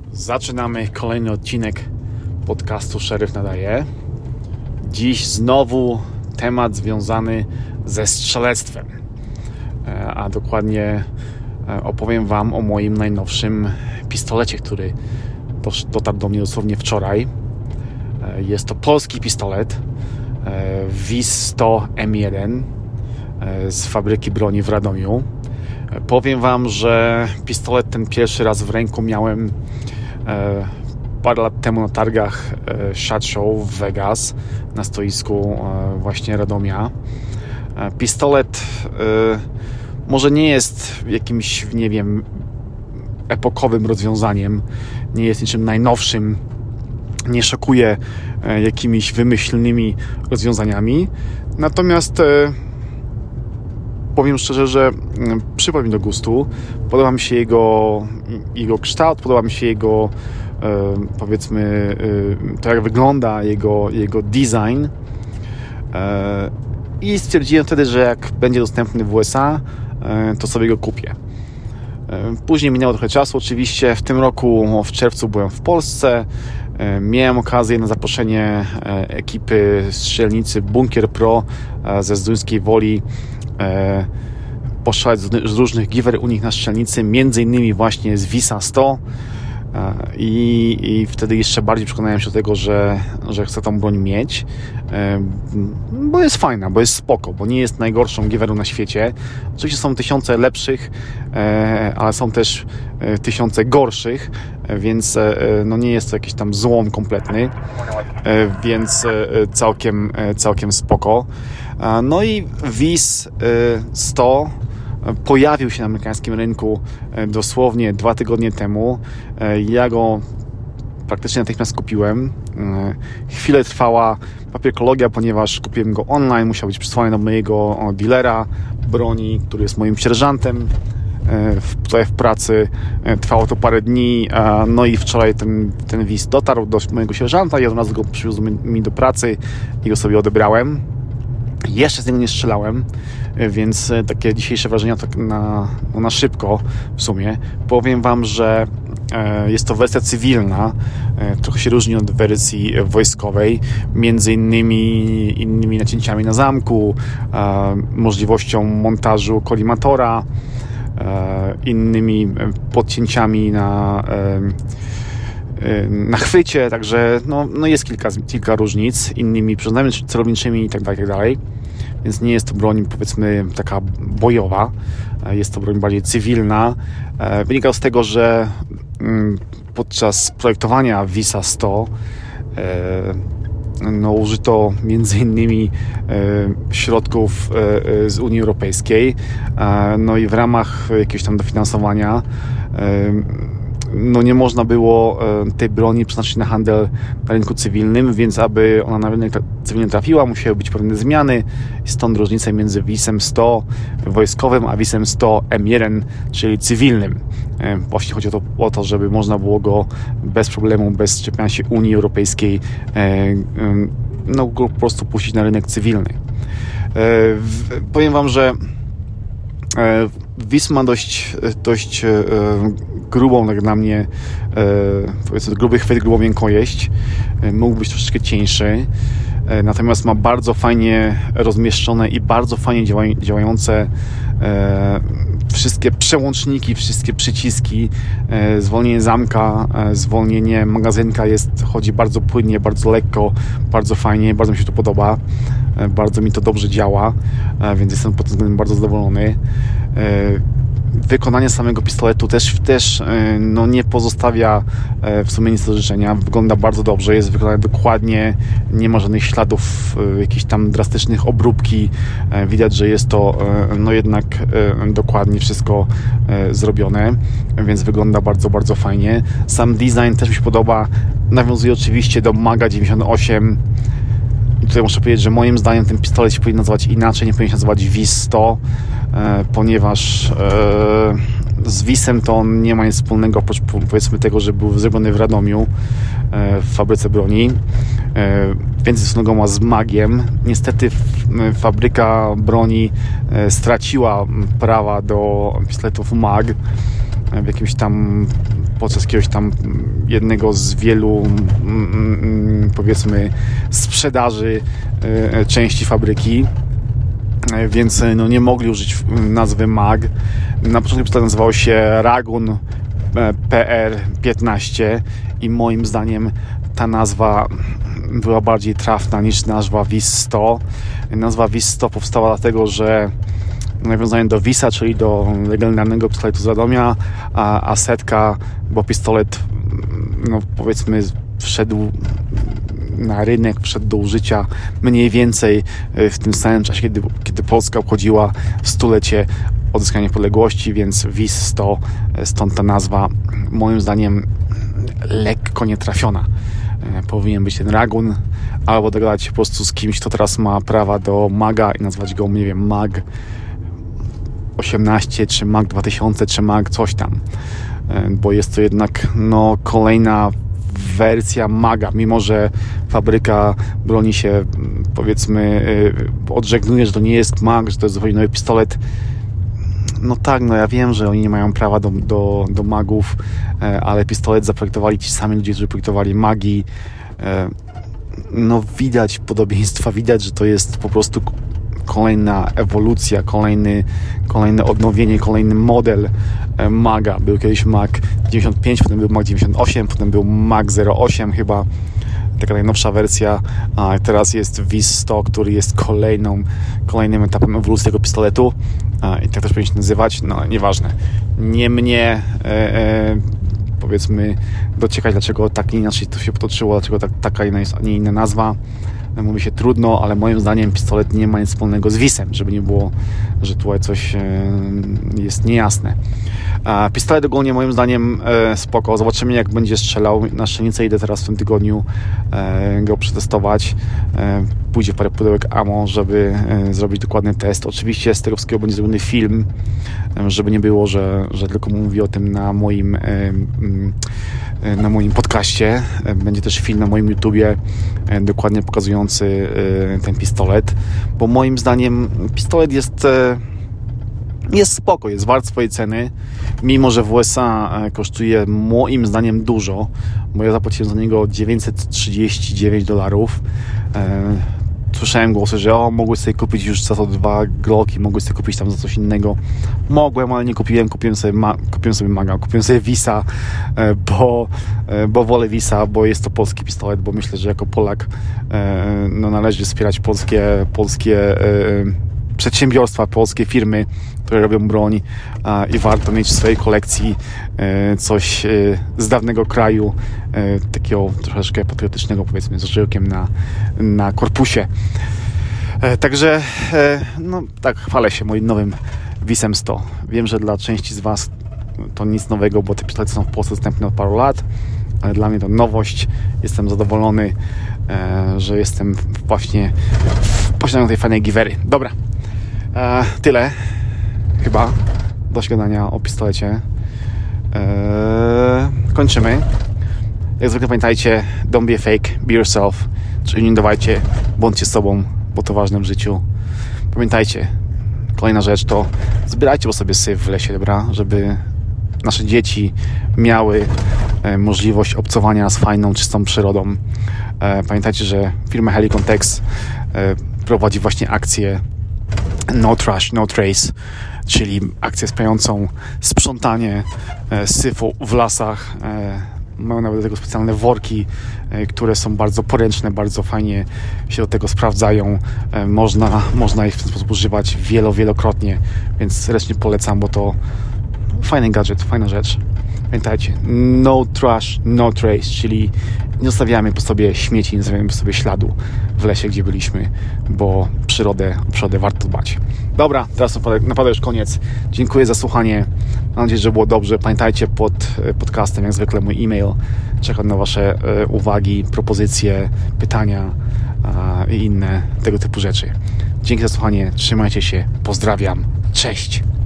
Zaczynamy kolejny odcinek podcastu Szeryf Nadaje. Dziś znowu temat związany ze strzelectwem, a dokładnie opowiem Wam o moim najnowszym pistolecie, który dotarł do mnie dosłownie wczoraj. Jest to polski pistolet WIS 100 M1 z fabryki broni w Radomiu. Powiem Wam, że pistolet ten pierwszy raz w ręku miałem parę lat temu na targach SHOT Show w Vegas na stoisku właśnie Radomia. Pistolet może nie jest jakimś, nie wiem, epokowym rozwiązaniem, nie jest niczym najnowszym, nie szokuje jakimiś wymyślnymi rozwiązaniami, natomiast powiem szczerze, że przypadł mi do gustu. Podoba mi się jego kształt, podoba mi się jego powiedzmy to, jak wygląda jego design, i stwierdziłem wtedy, że jak będzie dostępny w USA, to sobie go kupię. Później minęło trochę czasu. Oczywiście w tym roku w czerwcu byłem w Polsce. Miałem okazję na zaproszenie ekipy strzelnicy Bunkier Pro ze Zduńskiej Woli poszaleć z różnych giwer u nich na strzelnicy, między innymi właśnie z WIS-a 100, i wtedy jeszcze bardziej przekonałem się do tego, że chcę tą broń mieć, bo jest fajna, bo jest spoko, bo nie jest najgorszą giwerą na świecie. Oczywiście są tysiące lepszych, ale są też tysiące gorszych, więc no nie jest to jakiś tam złom kompletny, więc całkiem spoko. No i WIS 100 pojawił się na amerykańskim rynku dosłownie 2 tygodnie temu. Ja go praktycznie natychmiast kupiłem. Chwilę trwała papierkologia, ponieważ kupiłem go online. Musiał być przysłany do mojego dealera broni, który jest moim sierżantem tutaj w pracy. Trwało to parę dni, no i wczoraj ten WIS dotarł do mojego sierżanta i od razu go przywiózł mi do pracy i go sobie odebrałem. Jeszcze z niego nie strzelałem, więc takie dzisiejsze wrażenia tak na szybko w sumie. Powiem Wam, że jest to wersja cywilna, trochę się różni od wersji wojskowej, między innymi nacięciami na zamku, możliwością montażu kolimatora, innymi podcięciami na chwycie, także no jest kilka różnic, innymi przyrządami celowniczymi i tak dalej, więc nie jest to broń, powiedzmy, taka bojowa, jest to broń bardziej cywilna. Wynika z tego, że podczas projektowania WIS-a 100 użyto między innymi środków z Unii Europejskiej, no i w ramach jakiegoś tam dofinansowania nie można było tej broni przeznaczyć na handel na rynku cywilnym, więc aby ona na rynek cywilny trafiła, musiały być pewne zmiany. Stąd różnica między WIS-em 100 wojskowym a WIS-em 100 M1, czyli cywilnym. Właśnie chodzi o to, żeby można było go bez problemu, bez czepiania się Unii Europejskiej, go po prostu puścić na rynek cywilny. Powiem Wam, że WIS ma dość grubą, jak dla mnie, powiedzmy, gruby chwyt, grubą miękkojeść. Mógł być troszeczkę cieńszy, natomiast ma bardzo fajnie rozmieszczone i bardzo fajnie działające wszystkie przełączniki, wszystkie przyciski, zwolnienie zamka, zwolnienie magazynka chodzi bardzo płynnie, bardzo lekko, bardzo fajnie, bardzo mi się to podoba, bardzo mi to dobrze działa, więc jestem pod tym względem bardzo zadowolony. Wykonanie samego pistoletu też nie pozostawia w sumie nic do życzenia. Wygląda bardzo dobrze, jest wykonany dokładnie, nie ma żadnych śladów jakichś tam drastycznych obróbki. Widać, że jest to jednak dokładnie wszystko zrobione, więc wygląda bardzo, bardzo fajnie. Sam design też mi się podoba. Nawiązuje oczywiście do Maga 98. I tutaj muszę powiedzieć, że moim zdaniem ten pistolet się powinien nazywać inaczej, nie powinien się nazywać WIS 100, ponieważ z WIS-em to on nie ma nic wspólnego, oprócz, powiedzmy, tego, że był zrobiony w Radomiu w fabryce broni. Więcej wspólnego ma z Magiem. Niestety fabryka broni straciła prawa do pistoletów Mag w jakimś tam, podczas jakiegoś tam jednego z wielu powiedzmy sprzedaży części fabryki, więc no, nie mogli użyć nazwy MAG. Na początku to nazywało się Ragun PR15 i moim zdaniem ta nazwa była bardziej trafna niż nazwa WIS-100. Nazwa WIS-100 powstała dlatego, że nawiązanie do WIS-a, czyli do legendarnego pistoletu z Radomia, a setka, bo pistolet, no powiedzmy, wszedł na rynek, wszedł do użycia mniej więcej w tym samym czasie, kiedy Polska obchodziła stulecie odzyskania niepodległości, więc WIS-100, stąd ta nazwa moim zdaniem lekko nietrafiona. Powinien być ten Ragun, albo dogadać się po prostu z kimś, kto teraz ma prawa do MAGa i nazwać go, nie wiem, MAG 18, czy MAG 2000, czy MAG coś tam, bo jest to jednak no, kolejna wersja MAGa, mimo że fabryka broni się, powiedzmy, odżegnuje, że to nie jest MAG, że to jest zupełnie nowy pistolet. No tak, no ja wiem, że oni nie mają prawa do magów, ale pistolet zaprojektowali ci sami ludzie, którzy projektowali magi. No widać podobieństwa, widać, że to jest po prostu kolejna ewolucja, kolejne odnowienie, kolejny model maga. Był kiedyś Mag 95, potem był Mag 98, potem był Mag 08 chyba, taka najnowsza wersja, a teraz jest WIS-100, który jest kolejnym etapem ewolucji tego pistoletu i tak też powinien się nazywać, no nieważne. Nie mnie powiedzmy dociekać, dlaczego tak inaczej to się potoczyło, dlaczego taka a nie inna nazwa. Mówi się trudno, ale moim zdaniem pistolet nie ma nic wspólnego z WIS-em, żeby nie było, że tutaj coś jest niejasne. Pistolet ogólnie moim zdaniem spoko. Zobaczymy, jak będzie strzelał. Na strzelnicę idę teraz w tym tygodniu go przetestować. Pójdzie parę pudełek ammo, żeby zrobić dokładny test. Oczywiście z tego wszystkiego będzie zrobiony film, żeby nie było, że tylko mówię o tym na moim podcaście. Będzie też film na moim YouTubie dokładnie pokazujący ten pistolet, bo moim zdaniem pistolet jest spoko, jest wart swojej ceny, mimo że w USA kosztuje moim zdaniem dużo, bo ja zapłaciłem za niego $939. Słyszałem głosy, że mogłeś sobie kupić już za to 2 Glocki, mogłeś sobie kupić tam za coś innego. Mogłem, ale nie kupiłem. Kupiłem sobie Maga, kupiłem sobie WIS-a, bo wolę WIS-a, bo jest to polski pistolet, bo myślę, że jako Polak no, należy wspierać polskie przedsiębiorstwa, polskie firmy, które robią broń i warto mieć w swojej kolekcji coś z dawnego kraju, takiego troszeczkę patriotycznego, powiedzmy, z orzełkiem na korpusie. Także no tak, chwalę się moim nowym WIS-em 100. Wiem, że dla części z Was to nic nowego, bo te pistolety są w Polsce dostępne od paru lat, ale dla mnie to nowość. Jestem zadowolony, że jestem właśnie w posiadaniu tej fajnej giwery. Dobra, tyle chyba do gadania o pistolecie. Kończymy. Jak zwykle pamiętajcie, don't be a fake, be yourself, czyli nie dawajcie, bądźcie sobą, bo to ważne w życiu. Pamiętajcie, kolejna rzecz to zbierajcie po sobie syf w lesie, dobra, żeby nasze dzieci miały możliwość obcowania z fajną, czystą przyrodą. Pamiętajcie, że firma Helicon Tex prowadzi właśnie akcję No Trash, No Trace, czyli akcję wspierającą sprzątanie syfu w lasach. Mają nawet do tego specjalne worki, które są bardzo poręczne, bardzo fajnie się do tego sprawdzają. Można ich w ten sposób używać wielokrotnie, więc serdecznie polecam, bo to fajny gadżet, fajna rzecz. Pamiętajcie, no trash, no trace, czyli nie zostawiamy po sobie śmieci, nie zostawiamy po sobie śladu w lesie, gdzie byliśmy, bo o przyrodę warto dbać. Dobra, teraz naprawdę już koniec. Dziękuję za słuchanie. Mam nadzieję, że było dobrze. Pamiętajcie, pod podcastem jak zwykle mój e-mail. Czekam na Wasze uwagi, propozycje, pytania i inne tego typu rzeczy. Dzięki za słuchanie. Trzymajcie się. Pozdrawiam. Cześć.